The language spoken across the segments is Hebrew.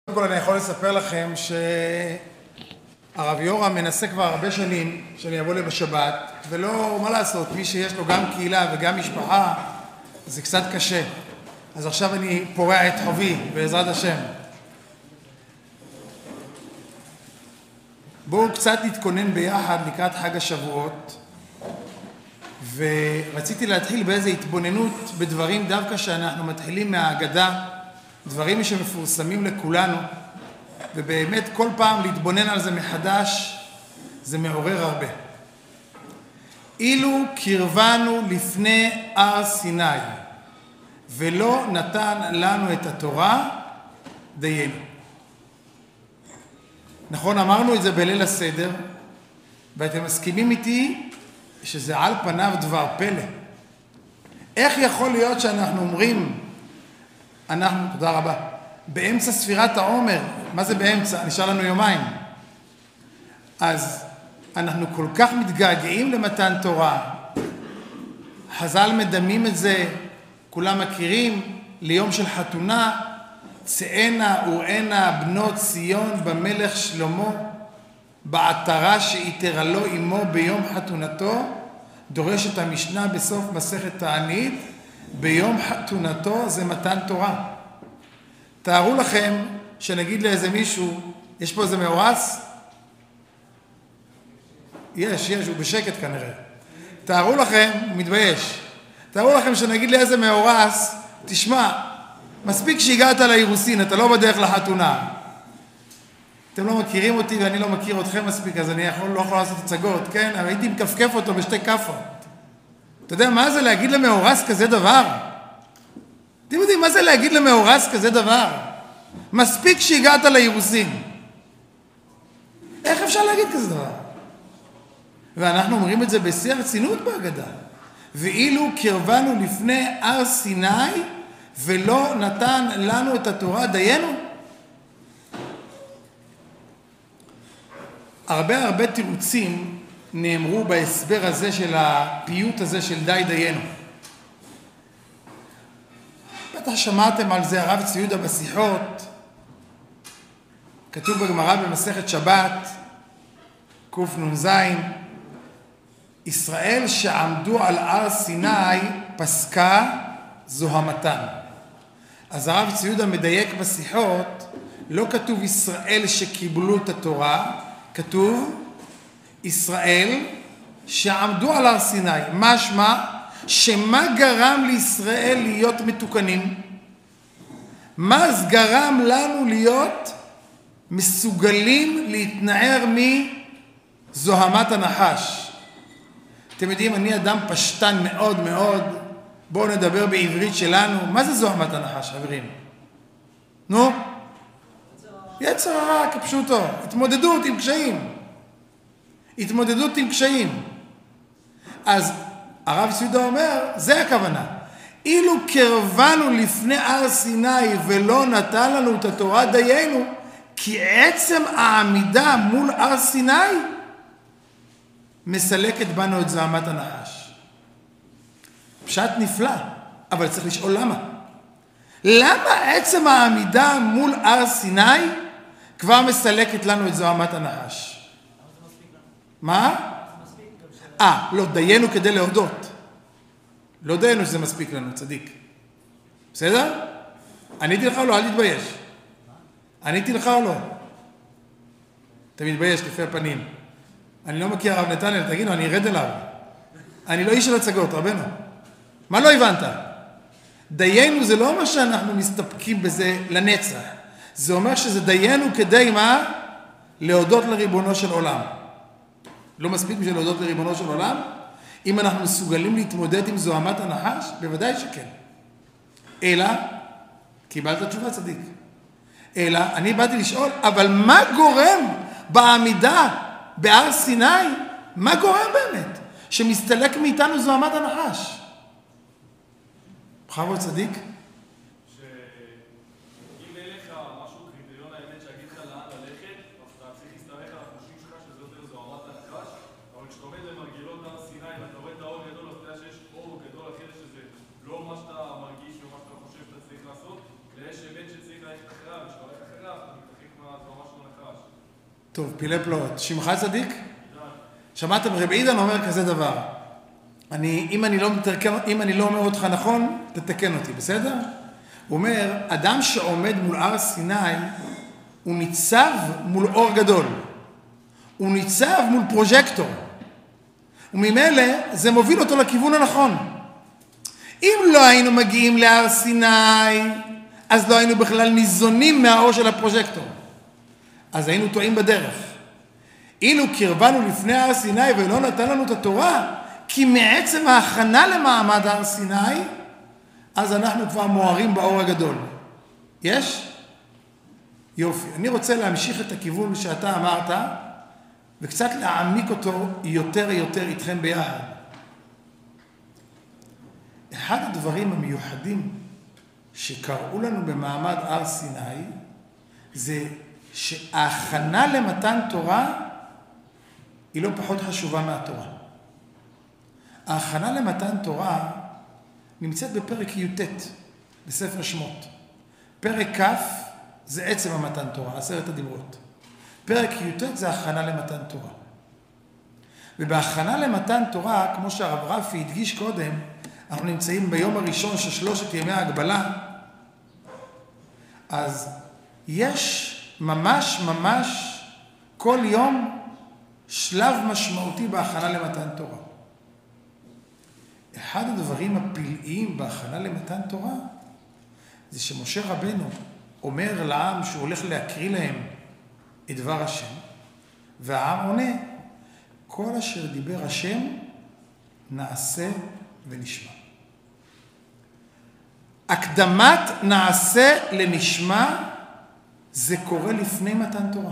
קודם כל אני יכול לספר לכם שהרב יורם מנסה כבר הרבה שנים שאני אבוא בשבת, ולא, מה לעשות, מי שיש לו גם קהילה וגם משפחה, זה קצת קשה. אז עכשיו אני פורע את חובי, בעזרת השם. בואו קצת נתכונן ביחד לקראת חג השבועות, ורציתי להתחיל באיזו התבוננות בדברים דווקא שאנחנו מתחילים מהאגדה, דברים שמפורסמים לכולנו, ובאמת כל פעם להתבונן על זה מחדש, זה מעורר הרבה. אילו קרבנו לפני הר סיני, ולא נתן לנו את התורה, דיינו. נכון, אמרנו את זה בליל הסדר, ואתם מסכימים איתי שזה על פניו דבר פלא. איך יכול להיות שאנחנו אומרים, תודה רבה, באמצע ספירת העומר, מה זה באמצע? נשאר לנו יומיים. אז אנחנו כל כך מתגעגעים למתן תורה. חז"ל מדמים את זה, כולם מכירים, ליום של חתונה, צאנה וראנה בנות ציון במלך שלמה, בעטרה שאיתרה לו עמו ביום חתונתו, דורשת המשנה בסוף מסכת תענית, ביום חתונתו זה מתן תורה. תארו לכם שנגיד לאיזה מישהו, יש פה איזה מאורס? יש, הוא בשקט כנראה. תארו לכם, הוא מתבייש. תארו לכם שנגיד לאיזה מאורס, תשמע, מספיק שהגעת לאירוסין, אתה לא בדרך לחתונה. אתם לא מכירים אותי ואני לא מכיר אתכם מספיק, אז אני לא יכול לעשות הצגות, כן? אבל הייתי מקפקף אותו בשתי כפות. אתה יודע מה זה להגיד למאורס כזה דבר? אתם יודעים מה זה להגיד למאורס כזה דבר? מספיק שהגעת לאירוסין. איך אפשר להגיד כזה דבר? ואנחנו אומרים את זה בשיא הרצינות בהגדה. ואילו קרבנו לפני הר סיני ולא נתן לנו את התורה, דיינו. הרבה תירוצים נאמרו בהסבר הזה של הפיוט הזה של די דיינו. בטח שמעתם על זה הרב צבי יהודה בשיחות, כתוב בגמרא במסכת שבת, קנ"ז, ישראל שעמדו על הר סיני פסקה זוהמתן. אז הרב צבי יהודה מדייק בשיחות, לא כתוב ישראל שקיבלו את התורה, כתוב ישראל שעמדו על הר סיני. משמע שמה גרם לישראל להיות מתוקנים? מה גרם לנו להיות מסוגלים להתנער מזוהמת הנחש? אתם יודעים, אני אדם פשטן מאוד מאוד. בואו נדבר בעברית שלנו. מה זה זוהמת הנחש, חברים? נו? יצר הרע כפשוטו. התמודדות עם קשיים. התמודדות עם קשיים. אז הרב צבי יהודה אומר, זה הכוונה. אילו קרבנו לפני הר סיני ולא נתן לנו את התורה, דיינו, כי עצם העמידה מול הר סיני מסלקת בנו את זוהמת הנחש. פשט נפלא, אבל צריך לשאול למה. למה עצם העמידה מול הר סיני כבר מסלקת לנו את זוהמת הנחש? מה? לא, דיינו כדי להודות. לא דיינו שזה מספיק לנו, צדיק. בסדר? עניתי לך או לא? אל תתבייש. עניתי לך או לא? אתה מתבייש לפי הפנים. אני לא מכיר הרב נתנאל, תגידו, אני ארד אליו. אני לא איש של הצגות, רבנו. מה לא הבנת? דיינו זה לא אומר שאנחנו מסתפקים בזה לנצח. זה אומר שזה דיינו כדי מה? להודות לריבונו של עולם. לא מספיק בשביל להודות לריבונו של עולם? אם אנחנו מסוגלים להתמודד עם זוהמת הנחש? בוודאי שכן. אלא, קיבלת תשובה צדיק. אלא, אני באתי לשאול, אבל מה גורם בעמידה בהר סיני? מה גורם באמת? שמסתלק מאיתנו זוהמת הנחש? בכבוד צדיק? שאם אליך משהו קריטריון האמת שיגיד לך לאן ללכת, אז אתה צריך להסתמך על החושים שלך שזה יותר זוהמת הנחש, אבל כשאתה עומד למרגלות הר סיני ואתה רואה את האור גדול, אז אתה יודע שיש אור גדול אחר שזה לא מה שאתה מרגיש ומה שאתה חושב שאתה צריך לעשות, ויש אמת שצריך ללכת אחריו, ושאתה הולך אחריו, אתה טוב, פילי פלאות. שמך צדיק? שמעתם, רבי עידן אומר כזה דבר. אם אני לא אומר אותך נכון, תתקן אותי, בסדר? הוא אומר, אדם שעומד מול הר סיני, הוא ניצב מול אור גדול. הוא ניצב מול פרוז'קטור. וממילא זה מוביל אותו לכיוון הנכון. אם לא היינו מגיעים להר סיני, אז לא היינו בכלל ניזונים מהאור של הפרוז'קטור. אז היינו טועים בדרך. אילו קרבנו לפני הר סיני ולא נתן לנו את התורה, כי מעצם ההכנה למעמד הר סיני, אז אנחנו כבר מוארים באור הגדול. יש? יופי. אני רוצה להמשיך את הכיוון שאתה אמרת, וקצת להעמיק אותו יותר איתכם ביחד. אחד הדברים המיוחדים שקראו לנו במעמד הר סיני, זה שההכנה למתן תורה היא לא פחות חשובה מהתורה. ההכנה למתן תורה נמצאת בפרק י"ט בספר שמות. פרק כ' זה עצם המתן תורה, 10 הדיברות. פרק י"ט זה הכנה למתן תורה. ובהכנה למתן תורה, כמו שהרב רפי הדגיש קודם, אנחנו נמצאים ביום הראשון של 3 ימי ההגבלה, אז יש ממש כל יום שלב משמעותי בהכנה למתן תורה. אחד הדברים הפלאיים בהכנה למתן תורה, זה שמשה רבנו אומר לעם שהוא הולך להקריא להם את דבר השם, והעם עונה, כל אשר דיבר השם נעשה ונשמע. הקדמת נעשה לנשמע זה קורה לפני מתן תורה.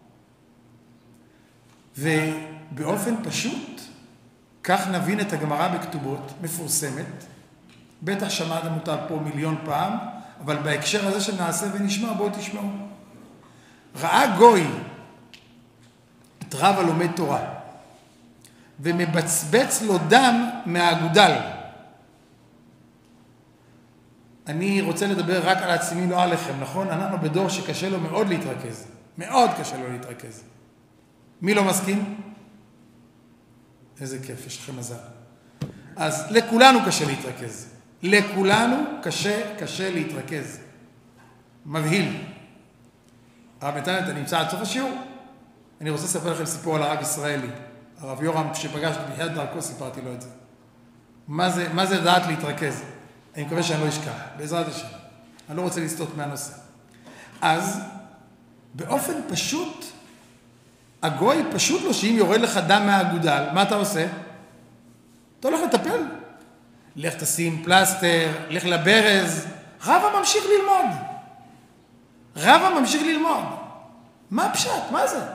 ובאופן פשוט, כך נבין את הגמרא בכתובות, מפורסמת, בטח שמעתם אותה פה מיליון פעם, אבל בהקשר הזה של נעשה ונשמע, בואו תשמעו. ראה גוי את רב הלומד תורה, ומבצבץ לו דם מהאגודל. אני רוצה לדבר רק על עצמי, לא עליכם, נכון? אנחנו בדור שקשה לו מאוד להתרכז. מאוד קשה לו להתרכז. מי לא מסכים? איזה כיף, יש לכם מזל. אז לכולנו קשה להתרכז. לכולנו קשה להתרכז. מבהיל. הרב נתן, אתה נמצא עד סוף השיעור? אני רוצה לספר לכם סיפור על הרב ישראלי. הרב יורם, כשפגשתי בתחילת דרכו, סיפרתי לו את זה. מה זה דעת להתרכז? אני מקווה שאני לא אשכח, בעזרת השם. אני לא רוצה לסטות מהנושא. אז, באופן פשוט, הגוי פשוט לו שאם יורד לך דם מהאגודל, מה אתה עושה? אתה הולך לטפל. לך תשים פלסטר, לך לברז. רבא ממשיך ללמוד. מה הפשט? מה זה?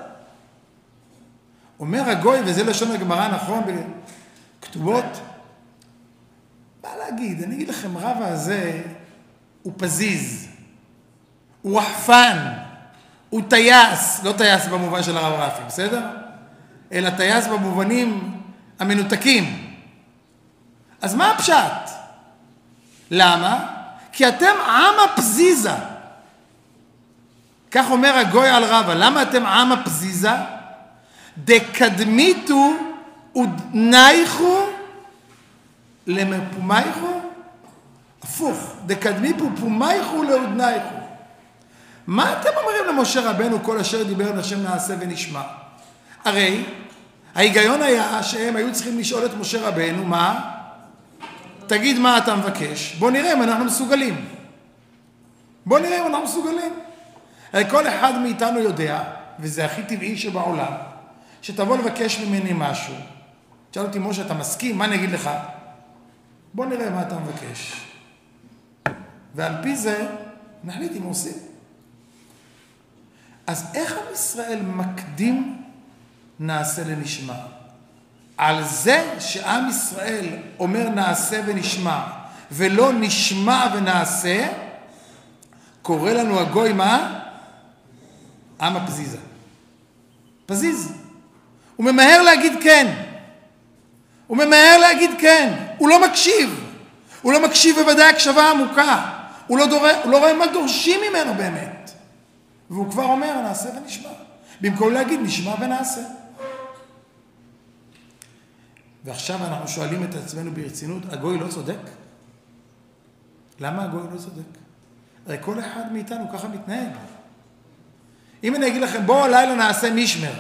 אומר הגוי, וזה לשון הגמרא נכון בכתובות, מה להגיד? אני אגיד לכם, רבא הזה הוא פזיז, הוא רחפן, הוא טייס, לא טייס במובן של הרב רפי, בסדר? אלא טייס במובנים המנותקים. אז מה הפשט? למה? כי אתם עם הפזיזה. כך אומר הגוי על רבא. למה אתם עם הפזיזה? דקדמיתו ודנייכו למפומייכו? הפוך. דקדמיתו פומייכו לעודנייכו. מה אתם אומרים למשה רבנו כל אשר דיבר השם נעשה ונשמע? הרי ההיגיון היה שהם היו צריכים לשאול את משה רבנו מה? תגיד מה אתה מבקש, בוא נראה אם אנחנו מסוגלים. הרי כל אחד מאיתנו יודע, וזה הכי טבעי שבעולם, שתבוא לבקש ממני משהו. תשאל אותי, משה, אתה מסכים? מה אני אגיד לך? בוא נראה מה אתה מבקש. ועל פי זה נחליט אם עושים. אז איך עם ישראל מקדים נעשה לנשמע? על זה שעם ישראל אומר נעשה ונשמע, ולא נשמע ונעשה, קורא לנו הגוי מה? עם הפזיזה. פזיז. הוא ממהר להגיד כן. הוא לא מקשיב בוודאי הקשבה עמוקה. הוא לא רואה מה דורשים ממנו באמת. והוא כבר אומר נעשה ונשמע. במקום להגיד נשמע ונעשה. ועכשיו אנחנו שואלים את עצמנו ברצינות, הגוי לא צודק? למה הגוי לא צודק? הרי כל אחד מאיתנו ככה מתנהג. אם אני אגיד לכם, בואו הלילה נעשה משמר.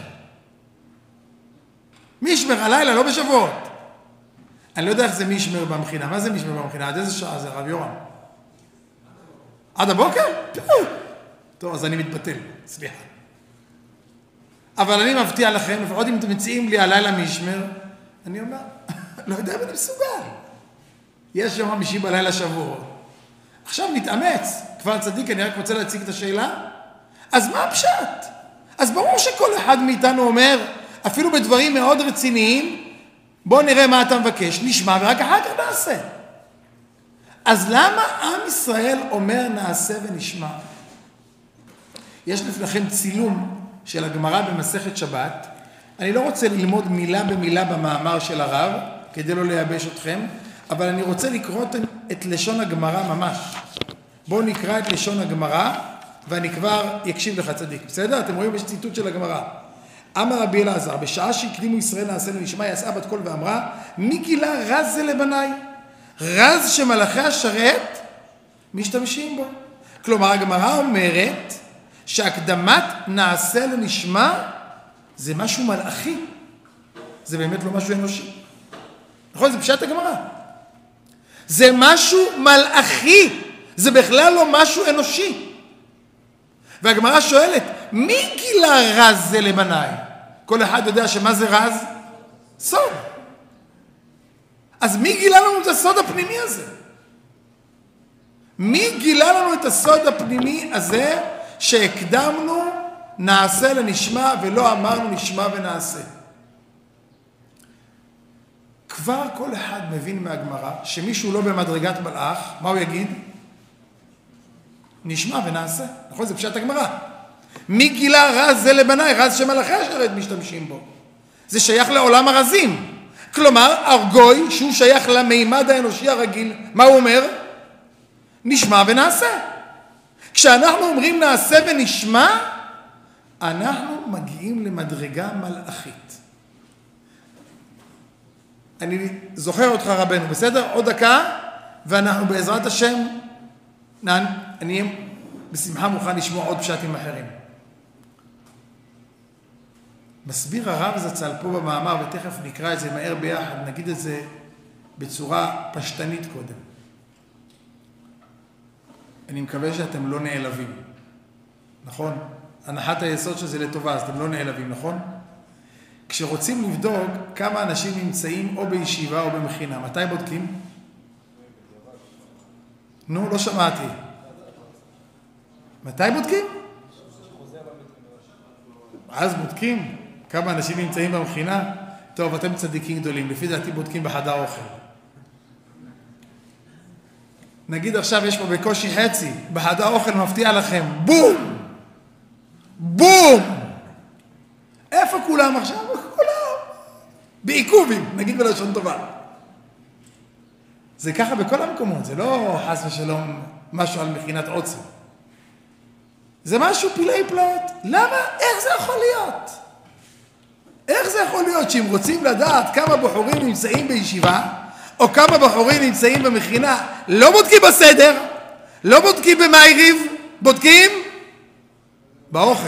משמר הלילה, לא בשבועות. אני לא יודע איך זה משמר במכינה. מה זה משמר במכינה? עד איזה שעה זה, רב יורם? עד הבוקר? טוב, אז אני מתבטל, סליחה. אבל אני מבטיח לכם, לפחות אם אתם מציעים לי הלילה משמר, אני אומר, לא יודע אם אני מסוגל. יש יום חמישי בלילה שבוע. עכשיו נתאמץ. כבר צדיק, אני רק רוצה להציג את השאלה. אז מה הפשט? אז ברור שכל אחד מאיתנו אומר, אפילו בדברים מאוד רציניים, בוא נראה מה אתה מבקש, נשמע ורק אחר כך נעשה. אז למה עם ישראל אומר נעשה ונשמע? יש לפניכם צילום של הגמרא במסכת שבת. אני לא רוצה ללמוד מילה במילה במאמר של הרב, כדי לא לייבש אתכם, אבל אני רוצה לקרוא את לשון הגמרא ממש. בואו נקרא את לשון הגמרא, ואני כבר יקשיב לך צדיק. בסדר? אתם רואים יש ציטוט של הגמרא. אמר רבי אלעזר, בשעה שהקדימו ישראל נעשה ונשמע, יצאה בת קול ואמרה, מי גילה רז זה לבניי? רז שמלאכי השרת משתמשים בו. כלומר, הגמרא אומרת שהקדמת נעשה לנשמע זה משהו מלאכי. זה באמת לא משהו אנושי. נכון? זה פשט הגמרא. זה משהו מלאכי. זה בכלל לא משהו אנושי. והגמרא שואלת, מי גילה רז זה לבניי? כל אחד יודע שמה זה רז? סוד. אז מי גילה לנו את הסוד הפנימי הזה? מי גילה לנו את הסוד הפנימי הזה שהקדמנו נעשה לנשמע ולא אמרנו נשמע ונעשה? כבר כל אחד מבין מהגמרא שמישהו לא במדרגת מלאך, מה הוא יגיד? נשמע ונעשה. נכון? זה פשט הגמרא. מי גילה רז זה לבניי? רז שמלאכי השרת משתמשים בו. זה שייך לעולם הרזים. כלומר, ארגוי, שהוא שייך למימד האנושי הרגיל, מה הוא אומר? נשמע ונעשה. כשאנחנו אומרים נעשה ונשמע, אנחנו מגיעים למדרגה מלאכית. אני זוכר אותך רבנו, בסדר? עוד דקה, ואנחנו בעזרת השם, אני בשמחה מוכן לשמוע עוד פשטים אחרים. מסביר הרב זצ"ל פה במאמר, ותכף נקרא את זה מהר ביחד, נגיד את זה בצורה פשטנית קודם. אני מקווה שאתם לא נעלבים, נכון? הנחת היסוד שזה לטובה, אז אתם לא נעלבים, נכון? כשרוצים לבדוק כמה אנשים נמצאים או בישיבה או במכינה, מתי בודקים? נו, לא שמעתי. מתי בודקים? אז בודקים כמה אנשים נמצאים במכינה. טוב, אתם צדיקים גדולים, לפי דעתי בודקים בחדר אוכל. נגיד עכשיו יש פה בקושי חצי, בחדר אוכל מפתיע לכם, בום! בום! איפה כולם עכשיו? כולם! בעיכובים, נגיד בלשון טובה. זה ככה בכל המקומות, זה לא חס ושלום משהו על מכינת עוצר. זה משהו פילי פלאות. למה? איך זה יכול להיות? איך זה יכול להיות שאם רוצים לדעת כמה בחורים נמצאים בישיבה, או כמה בחורים נמצאים במכינה, לא בודקים בסדר, לא בודקים במייריב, בודקים באוכל.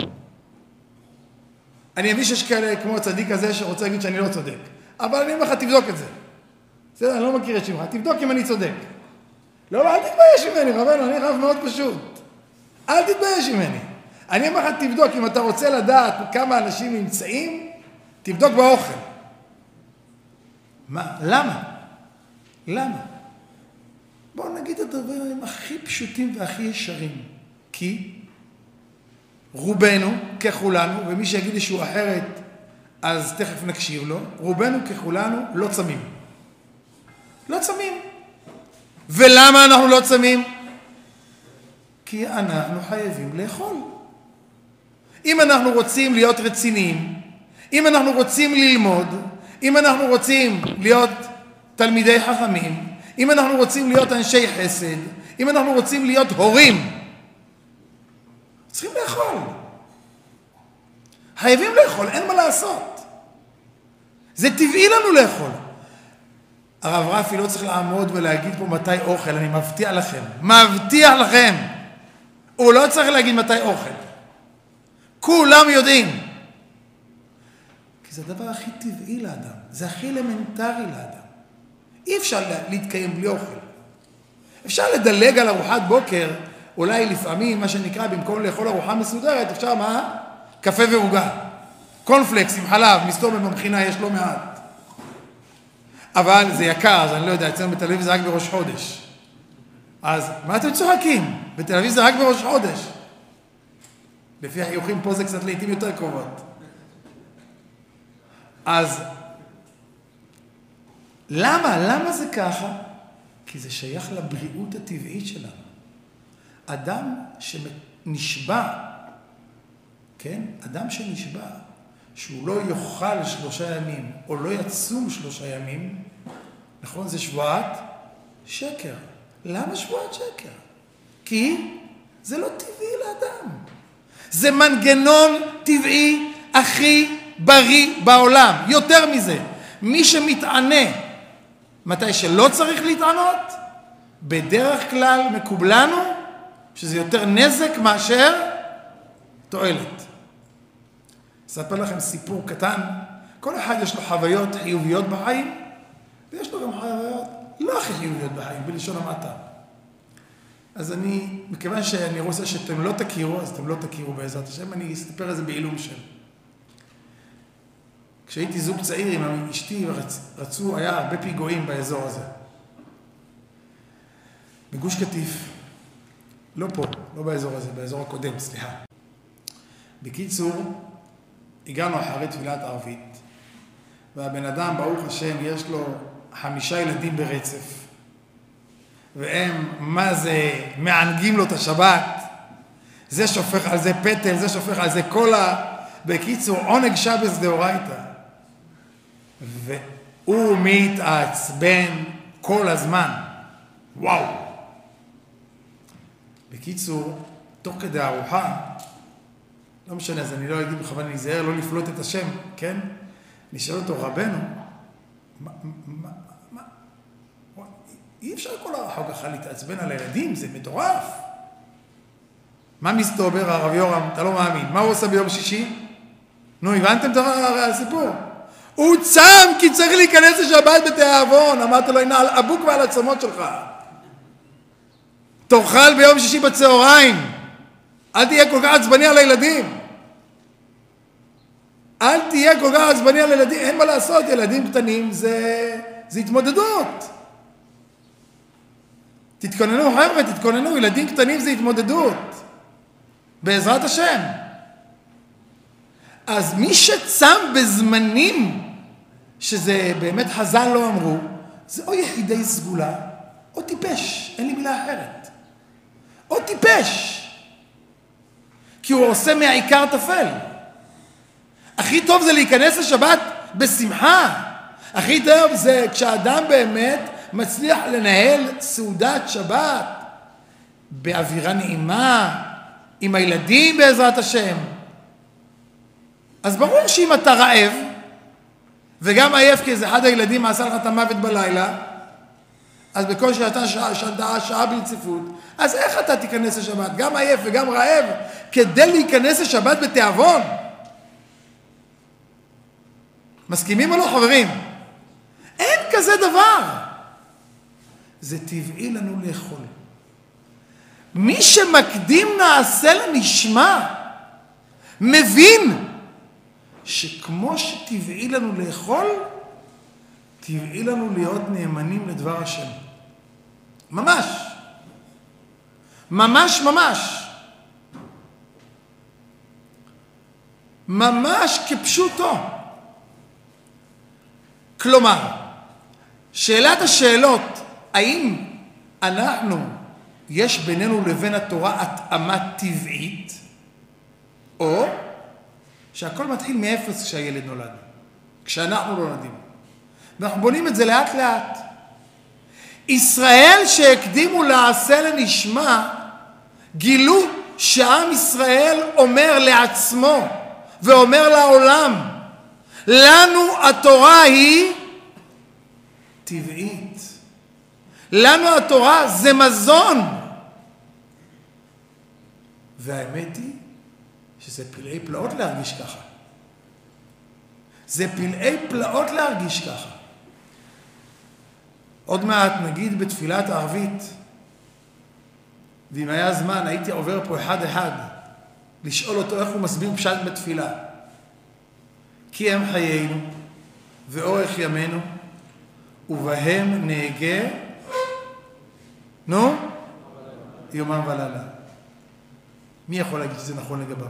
אני מבין שיש כאלה כמו הצדיק הזה שרוצה להגיד שאני לא צודק. אבל אני אומר לך, תבדוק את זה. בסדר, אני לא מכיר את שמך, תבדוק אם אני צודק. לא, אל תתבייש ממני, רבנו, אני רב מאוד פשוט. אל תתבייש ממני. אני אומר לך, תבדוק, אם אתה רוצה לדעת כמה אנשים נמצאים, תבדוק באוכל. מה? למה? למה? בואו נגיד את הדברים הכי פשוטים והכי ישרים. כי רובנו ככולנו, ומי שיגיד לי שהוא אחרת, אז תכף נקשיב לו, רובנו ככולנו לא צמים. לא צמים. ולמה אנחנו לא צמים? כי אנחנו חייבים לאכול. אם אנחנו רוצים להיות רציניים, אם אנחנו רוצים ללמוד, אם אנחנו רוצים להיות תלמידי חכמים, אם אנחנו רוצים להיות אנשי חסד, אם אנחנו רוצים להיות הורים, צריכים לאכול. חייבים לאכול, אין מה לעשות. זה טבעי לנו לאכול. הרב רפי לא צריך לעמוד ולהגיד פה מתי אוכל, אני מבטיח לכם. מבטיח לכם. הוא לא צריך להגיד מתי אוכל. כולם יודעים. כי זה הדבר הכי טבעי לאדם. זה הכי אלמנטרי לאדם. אי אפשר להתקיים בלי אוכל. אפשר לדלג על ארוחת בוקר, אולי לפעמים, מה שנקרא, במקום לאכול ארוחה מסודרת, אפשר מה? קפה ועוגה. קונפלקס עם חלב, מסתור במבחינה, יש לא מעט. אבל זה יקר, אז אני לא יודע, אצלנו בתל אביב זה רק בראש חודש. אז מה אתם צוחקים? בתל אביב זה רק בראש חודש. לפי החיוכים פה זה קצת לעתים יותר קרובות. אז למה זה ככה? כי זה שייך לבריאות הטבעית שלנו. אדם שנשבע, כן? אדם שנשבע, שהוא לא יאכל 3 ימים, או לא יצום 3 ימים, נכון? זה שבועת שקר. למה שבועת שקר? כי זה לא טבעי לאדם. זה מנגנון טבעי הכי בריא בעולם. יותר מזה, מי שמתענה מתי שלא צריך להתענות, בדרך כלל מקובלנו שזה יותר נזק מאשר תועלת. אספר לכם סיפור קטן. כל אחד יש לו חוויות חיוביות בחיים, ויש לו גם חוויות לא הכי חיוביות בחיים, בלשון המעטה. אז מכיוון שאני רוצה שאתם לא תכירו, אז אתם לא תכירו בעזרת השם, אני אספר את זה בעילום שם. כשהייתי זוג צעיר עם אשתי, היה הרבה פיגועים באזור הזה. בגוש קטיף. לא פה, לא באזור הזה, באזור הקודם, סליחה. בקיצור, הגענו אחרי תפילת ערבית, והבן אדם, ברוך השם, יש לו 5 ילדים ברצף, והם, מה זה, מענגים לו את השבת, זה שופך על זה פטל, זה שופך על זה קולה, בקיצור, עונג שבס דאורייתא. והוא מתעצבן כל הזמן. וואו. בקיצור, תוך כדי הארוחה, לא משנה, אז אני לא אגיד בכוונה להיזהר, לא לפלוט את השם, כן? נשאל אותו, רבנו, אי אפשר כל הארוחה ככה להתעצבן על הילדים, זה מטורף. מה מסתבר הרב יורם? אתה לא מאמין. מה הוא עושה ביום שישי? נו, הבנתם את הסיפור? הוא צם כי צריך להיכנס לשבת בתיאבון. אמרת לו, הנה, על אבוק ועל עצמות שלך. תאכל ביום שישי בצהריים. אל תהיה כל כך עצבני על הילדים. אל תהיה כל כך עצבני על הילדים. אין מה לעשות, ילדים קטנים זה התמודדות. תתכוננו, חבר'ה, תתכוננו. ילדים קטנים זה התמודדות. בעזרת השם. אז מי שצם בזמנים שזה באמת חז"ל לא אמרו, זה או יחידי סגולה, או טיפש, אין לי מילה אחרת. או טיפש. כי הוא עושה מהעיקר תפל. הכי טוב זה להיכנס לשבת בשמחה. הכי טוב זה כשאדם באמת מצליח לנהל סעודת שבת באווירה נעימה, עם הילדים בעזרת השם. אז ברור שאם אתה רעב, וגם עייף כי איזה אחד הילדים עשה לך את המוות בלילה, אז בקושי אתה שעה ברציפות, אז איך אתה תיכנס לשבת? גם עייף וגם רעב, כדי להיכנס לשבת בתיאבון? מסכימים או לא, חברים? אין כזה דבר. זה טבעי לנו לאכול. מי שמקדים נעשה לנשמע, מבין שכמו שטבעי לנו לאכול, טבעי לנו להיות נאמנים לדבר השם. ממש. ממש ממש. ממש כפשוטו. כלומר, שאלת השאלות, האם אנחנו, יש בינינו לבין התורה התאמה טבעית, או שהכל מתחיל מאפס כשהילד נולד, כשאנחנו לא נולדים. ואנחנו בונים את זה לאט לאט. ישראל שהקדימו לעשה לנשמע, גילו שעם ישראל אומר לעצמו, ואומר לעולם, לנו התורה היא טבעית. לנו התורה זה מזון. והאמת היא שזה פלאי פלאות להרגיש ככה. זה פלאי פלאות להרגיש ככה. עוד מעט נגיד בתפילת הערבית, ואם היה זמן הייתי עובר פה אחד אחד לשאול אותו איך הוא מסביר פשט בתפילה. כי הם חיינו ואורך ימינו ובהם נהגה יומם ולילה. מי יכול להגיד שזה נכון לגביו?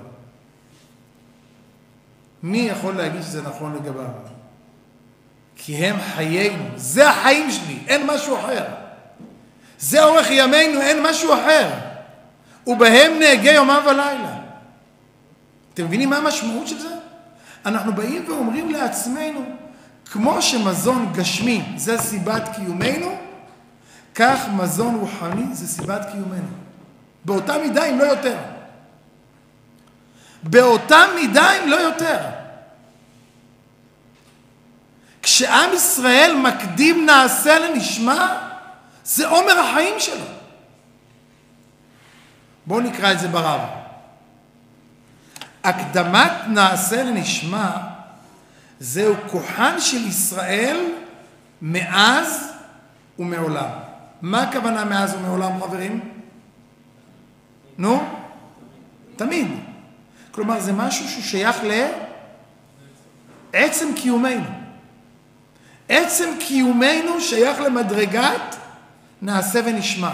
מי יכול להגיד שזה נכון לגביו? כי הם חיינו, זה החיים שלי, אין משהו אחר. זה אורך ימינו, אין משהו אחר. ובהם נהגה יומם ולילה. אתם מבינים מה המשמעות של זה? אנחנו באים ואומרים לעצמנו, כמו שמזון גשמי זה סיבת קיומנו, כך מזון רוחני זה סיבת קיומנו. באותה מידה אם לא יותר. באותה מידה אם לא יותר. כשעם ישראל מקדים נעשה לנשמע, זה עומר החיים שלו. בואו נקרא את זה ברב. הקדמת נעשה לנשמע, זהו כוחן של ישראל מאז ומעולם. מה הכוונה מאז ומעולם, חברים? תמיד. כלומר, זה משהו ששייך לעצם קיומנו. עצם קיומנו שייך למדרגת נעשה ונשמע.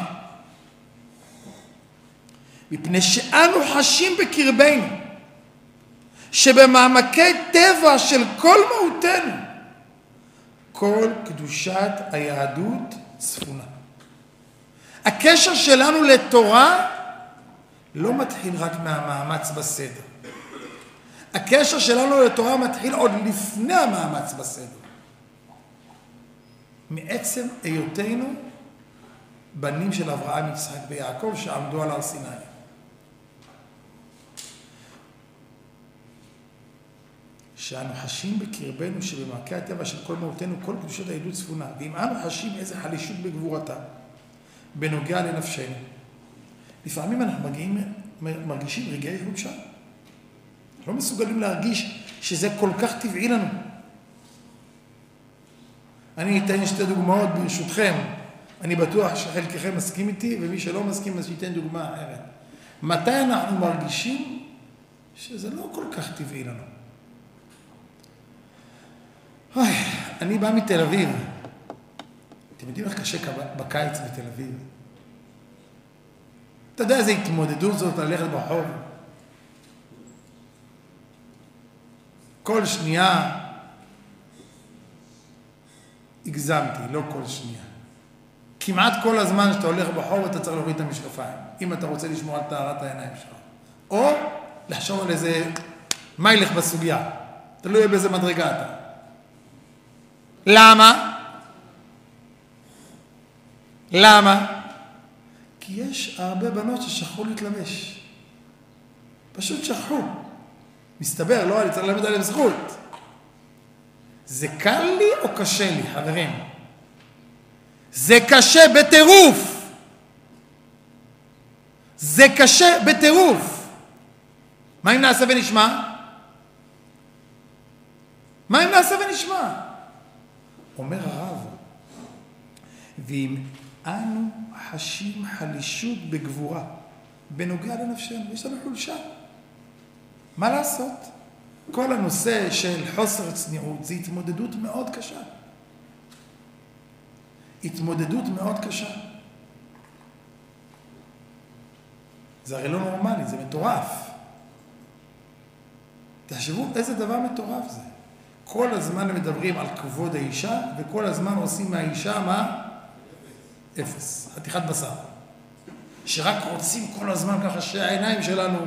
מפני שאנו חשים בקרבנו, שבמעמקי טבע של כל מהותנו, כל קדושת היהדות צפונה. הקשר שלנו לתורה לא מתחיל רק מהמאמץ בסדר. הקשר שלנו לתורה מתחיל עוד לפני המאמץ בסדר. מעצם היותנו בנים של אברהם, יצחק ויעקב שעמדו על הר סיני. שאנו חשים בקרבנו שבמעמקי הטבע של כל מהותנו כל קדושת היהדות צפונה. ואם אנו חשים איזה חלישות בגבורתה בנוגע לנפשנו, לפעמים אנחנו מרגישים רגעי חולשה. לא מסוגלים להרגיש שזה כל כך טבעי לנו. אני אתן שתי דוגמאות ברשותכם. אני בטוח שחלקכם מסכים איתי, ומי שלא מסכים אז ייתן דוגמה אחרת. מתי אנחנו מרגישים שזה לא כל כך טבעי לנו? אני בא מתל אביב. אתם יודעים איך קשה בקיץ בתל אביב? אתה יודע איזה התמודדות זאת ללכת ברחוב? כל שנייה הגזמתי, לא כל שנייה. כמעט כל הזמן שאתה הולך ברחוב אתה צריך להוריד את המשקפיים, אם אתה רוצה לשמור על טהרת העיניים שלך. או לחשוב על איזה מיילך בסוגיה. תלוי באיזה מדרגה אתה. למה? למה? כי יש הרבה בנות ששכחו להתלבש. פשוט שכחו. מסתבר, לא, אני צריך ללמד עליהם זכות. זה קל לי או קשה לי, חברים? זה קשה בטירוף. זה קשה בטירוף. מה אם נעשה ונשמע? מה אם נעשה ונשמע? אומר הרב, ואם אנו חשים חלישות בגבורה בנוגע לנפשנו, יש לנו חולשה. מה לעשות? כל הנושא של חוסר צניעות זה התמודדות מאוד קשה. התמודדות מאוד קשה. זה הרי לא נורמלי, זה מטורף. תחשבו איזה דבר מטורף זה. כל הזמן מדברים על כבוד האישה, וכל הזמן עושים מהאישה מה? אפס. חתיכת בשר. שרק רוצים כל הזמן ככה שהעיניים שלנו,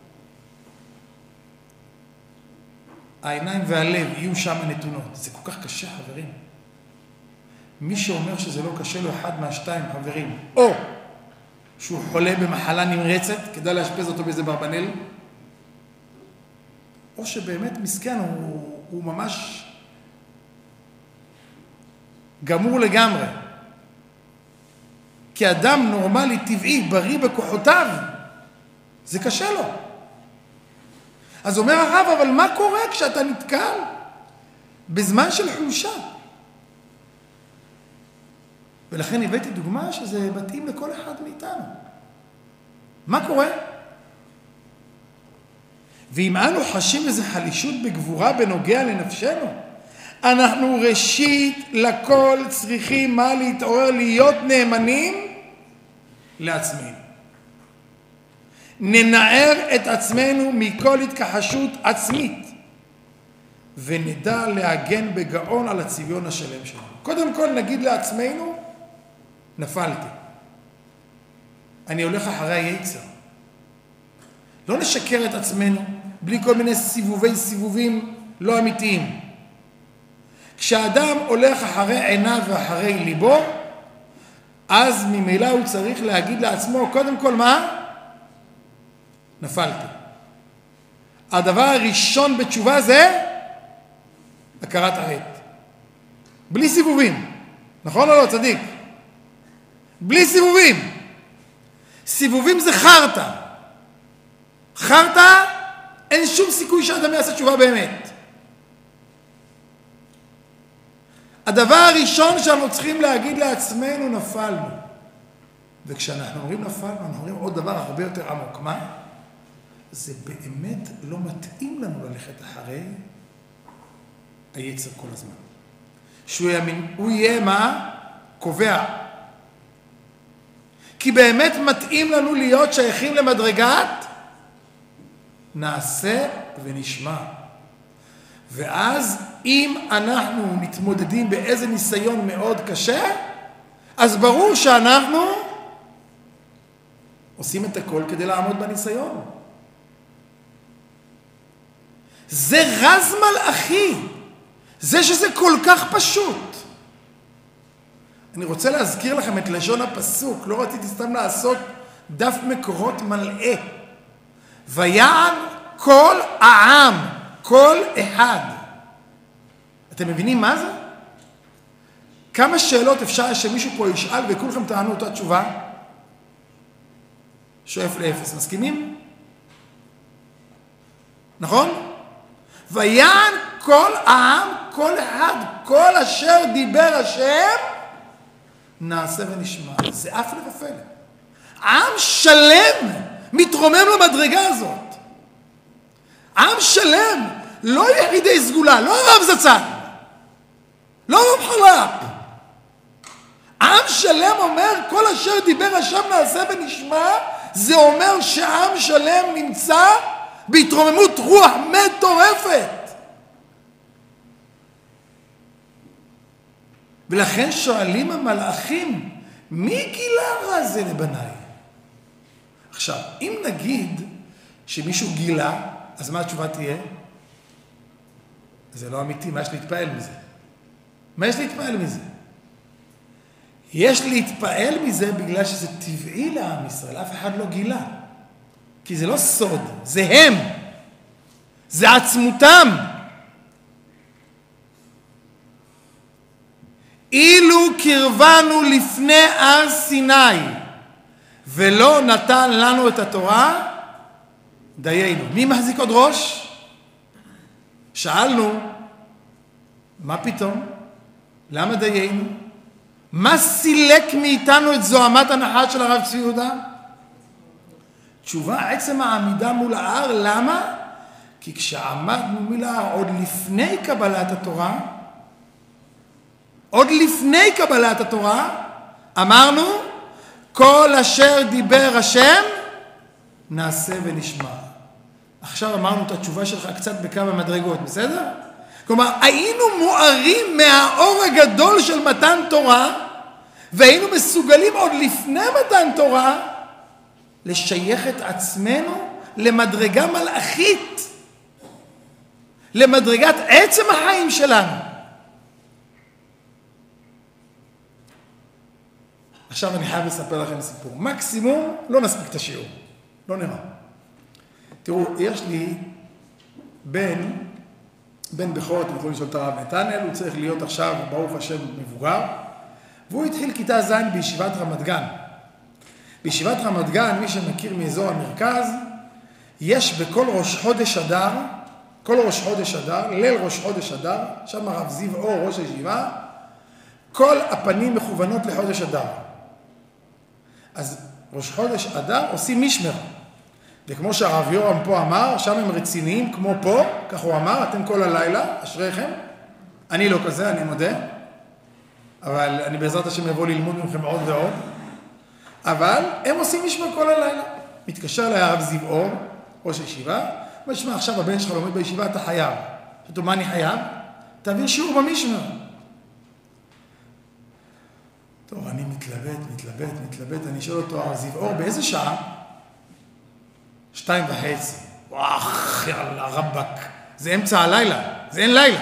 העיניים והלב יהיו שם נתונות. זה כל כך קשה, חברים. מי שאומר שזה לא קשה לו אחד מהשתיים, חברים, או שהוא חולה במחלה נמרצת, כדאי להשפז אותו באיזה ברבנל, או שבאמת מסכן, הוא ממש גמור לגמרי. כי אדם נורמלי, טבעי, בריא בכוחותיו, זה קשה לו. אז אומר הרב, אבל מה קורה כשאתה נתקל בזמן של חולשה? ולכן הבאתי דוגמה שזה מתאים לכל אחד מאיתנו. מה קורה? ואם אנו חשים איזו חלישות בגבורה בנוגע לנפשנו, אנחנו ראשית לכל צריכים מה להתעורר להיות נאמנים לעצמנו. ננער את עצמנו מכל התכחשות עצמית, ונדע להגן בגאון על הצביון השלם שלנו. קודם כל נגיד לעצמנו, נפלתי. אני הולך אחרי היצר. לא נשקר את עצמנו בלי כל מיני סיבובים לא אמיתיים. כשאדם הולך אחרי עיניו ואחרי ליבו, אז ממילא הוא צריך להגיד לעצמו, קודם כל מה? נפלתי. הדבר הראשון בתשובה זה הכרת החטא. בלי סיבובים. נכון או לא, צדיק? בלי סיבובים. סיבובים זה חרטה. חרטה, אין שום סיכוי שאדם יעשה תשובה באמת. הדבר הראשון שאנחנו צריכים להגיד לעצמנו, נפלנו. וכשאנחנו אומרים נפלנו, אנחנו אומרים עוד דבר הרבה יותר עמוק. מה? זה באמת לא מתאים לנו ללכת אחרי היצר כל הזמן. הוא יהיה מה? קובע. כי באמת מתאים לנו להיות שייכים למדרגת נעשה ונשמע. ואז אם אנחנו מתמודדים באיזה ניסיון מאוד קשה, אז ברור שאנחנו עושים את הכל כדי לעמוד בניסיון. זה רז מלאכי. זה שזה כל כך פשוט. אני רוצה להזכיר לכם את לשון הפסוק. לא רציתי סתם לעשות דף מקורות מלא. ויען כל העם, כל אחד. אתם מבינים מה זה? כמה שאלות אפשר שמישהו פה ישאל וכולכם תענו אותה תשובה? שואף לאפס. מסכימים? נכון? ויען כל העם, כל אחד, כל אשר דיבר השם, נעשה ונשמע. זה אף לפלא. עם שלם מתרומם למדרגה הזאת. עם שלם, לא יחידי סגולה, לא רב זצ"ל, לא רב חל"פ. עם שלם אומר, כל אשר דיבר השם נעשה ונשמע, זה אומר שעם שלם נמצא בהתרוממות רוח מטורפת. ולכן שואלים המלאכים, מי גילה רע זה לבניי? עכשיו, אם נגיד שמישהו גילה, אז מה התשובה תהיה? זה לא אמיתי, מה יש להתפעל מזה? מה יש להתפעל מזה? יש להתפעל מזה בגלל שזה טבעי לעם ישראל, אף אחד לא גילה. כי זה לא סוד, זה הם. זה עצמותם. אילו קרבנו לפני הר סיני, ולא נתן לנו את התורה, דיינו. מי מחזיק עוד ראש? שאלנו, מה פתאום? למה דיינו? מה סילק מאיתנו את זוהמת הנחש של הרב צבי יהודה? תשובה, עצם העמידה מול ההר, למה? כי כשעמדנו מול ההר עוד לפני קבלת התורה, אמרנו, כל אשר דיבר השם, נעשה ונשמע. עכשיו אמרנו את התשובה שלך קצת בכמה מדרגות, בסדר? כלומר, היינו מוארים מהאור הגדול של מתן תורה, והיינו מסוגלים עוד לפני מתן תורה, לשייך את עצמנו למדרגה מלאכית, למדרגת עצם החיים שלנו. עכשיו אני חייב לספר לכם סיפור. מקסימום לא נספיק את השיעור. לא נראה. תראו, יש לי בן בכור, אתם יכולים לשאול את הרב נתנאל, הוא צריך להיות עכשיו, ברוך השם, מבוגר, והוא התחיל כיתה ז' בישיבת רמת גן. בישיבת רמת גן, מי שמכיר מאזור המרכז, יש בכל ראש חודש אדר, כל ראש חודש אדר, ליל ראש חודש אדר, שם הרב זיו אור, ראש הישיבה, כל הפנים מכוונות לחודש אדר. אז ראש חודש אדר עושים משמר. וכמו שהרב יורם פה אמר, שם הם רציניים כמו פה, כך הוא אמר, אתם כל הלילה, אשריכם. אני לא כזה, אני מודה. אבל אני בעזרת השם יבוא ללמוד מכם עוד ועוד. אבל הם עושים משמר כל הלילה. מתקשר אליי הרב זיו אור, ראש הישיבה, ושמע, עכשיו הבן שלך לומד בישיבה, אתה חייב. שאתה, מה אני חייב? תעביר שיעור במשמר. טוב, אני מתלבט, אני שואל אותו, הרב זיו אור, באיזה שעה? 2:30. וואח, יאללה, רבק. זה אמצע הלילה, זה אין לילה.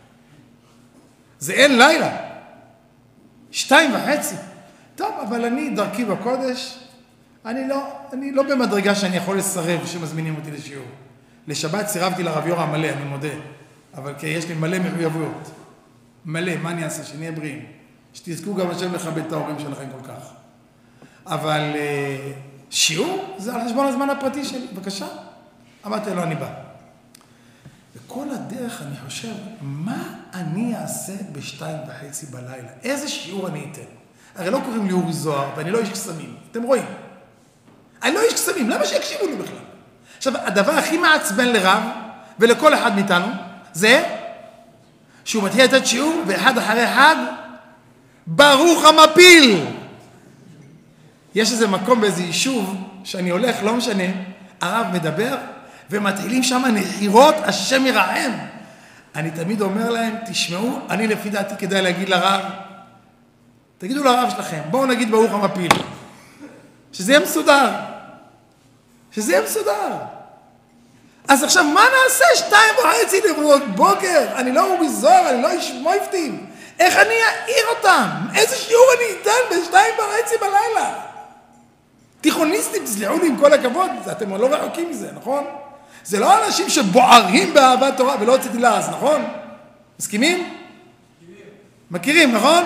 זה אין לילה. 2:30. טוב, אבל אני דרכי בקודש, אני לא במדרגה שאני יכול לסרב שמזמינים אותי לשיעור. לשבת סירבתי לרב יורם מלא, אני מודה. אבל כי יש לי מלא מחויבויות. מלא, מה אני אעשה? שנהיה בריאים. שתזכו גם השם לכבד את ההורים שלכם כל כך. אבל שיעור זה על חשבון הזמן הפרטי שלי. בבקשה. אמרתי לו, אני בא. וכל הדרך אני חושב, מה אני אעשה ב2:30 בלילה? איזה שיעור אני אתן? הרי לא קוראים לי אורי זוהר, ואני לא איש קסמים. אתם רואים? אני לא איש קסמים, למה שיקשיבו לי בכלל? עכשיו, הדבר הכי מעצבן לרב, ולכל אחד מאיתנו, זה שהוא מתחיל לתת שיעור, ואחד אחרי אחד, ברוך המפיל. יש איזה מקום באיזה יישוב, שאני הולך, לא משנה, הרב מדבר, ומתחילים שם נחירות, השם ירחם. אני תמיד אומר להם, תשמעו, אני לפי דעתי כדאי להגיד לרב, תגידו לרב שלכם, בואו נגיד ברוך המפיל. שזה יהיה מסודר. שזה יהיה מסודר. אז עכשיו, מה נעשה 2:30 לפנות בוקר? אני לא אורי זוהר, אני לא איש מויפטים. איך אני אעיר אותם? איזה שיעור אני אתן ב2:30 בלילה? תיכוניסטים, תסלחו לי עם כל הכבוד, אתם לא רחוקים מזה, נכון? זה לא אנשים שבוערים באהבת תורה, ולא הוצאתי לעז, נכון? מסכימים? מכירים, נכון?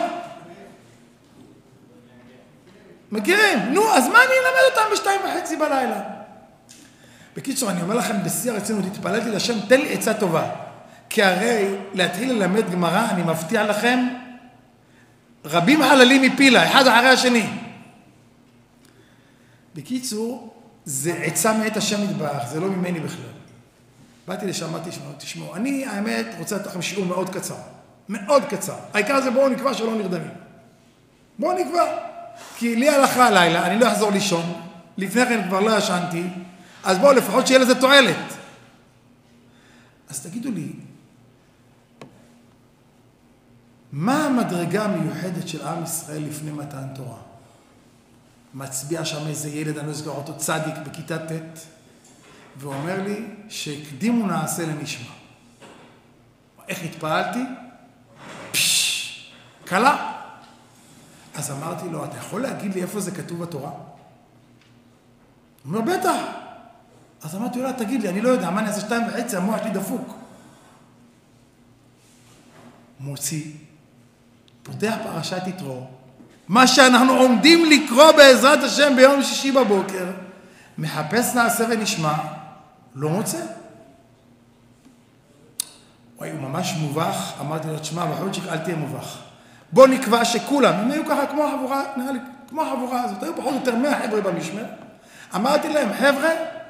מכירים. נו, אז מה אני אלמד אותם ב2:30 בלילה? בקיצור, אני אומר לכם, בשיא הרצינות, התפללתי לשם, תן לי עצה טובה. כי הרי להתחיל ללמד גמרא, אני מבטיח לכם, רבים חללים מפילה, אחד אחרי השני. בקיצור, זה עצה מאת השם יתברך, זה לא ממני בכלל. באתי לשם, תשמעו, אני האמת רוצה לתת לכם שיעור מאוד קצר. מאוד קצר. העיקר זה בואו נקבע שלא נרדמים. בואו נקבע. כי לי הלכה הלילה, אני לא אחזור לישון, לפני כן כבר לא ישנתי, אז בואו לפחות שיהיה לזה תועלת. אז תגידו לי, מה המדרגה המיוחדת של עם ישראל לפני מתן תורה? מצביע שם איזה ילד, אני לא אזכור אותו, צדיק בכיתה ט', והוא אומר לי שהקדימו נעשה לנשמע. איך התפעלתי? קלה. אז אמרתי לו, אתה יכול להגיד לי איפה זה כתוב בתורה? הוא אומר, בטח. אז אמרתי לו, תגיד לי, אני לא יודע, מה אני אעשה 2:30, המוח שלי דפוק. מוציא, פותח פרשת יתרו, מה שאנחנו עומדים לקרוא בעזרת השם ביום שישי בבוקר, מחפש נעשה ונשמע, לא מוצא. וואי, הוא ממש מובך, אמרתי לו, תשמע, בחודשיק, אל תהיה מובך. בוא נקבע שכולם, הם היו ככה כמו החבורה, נראה לי, כמו החבורה הזאת, היו פחות או יותר 100 חבר'ה במשמר. אמרתי להם, חבר'ה,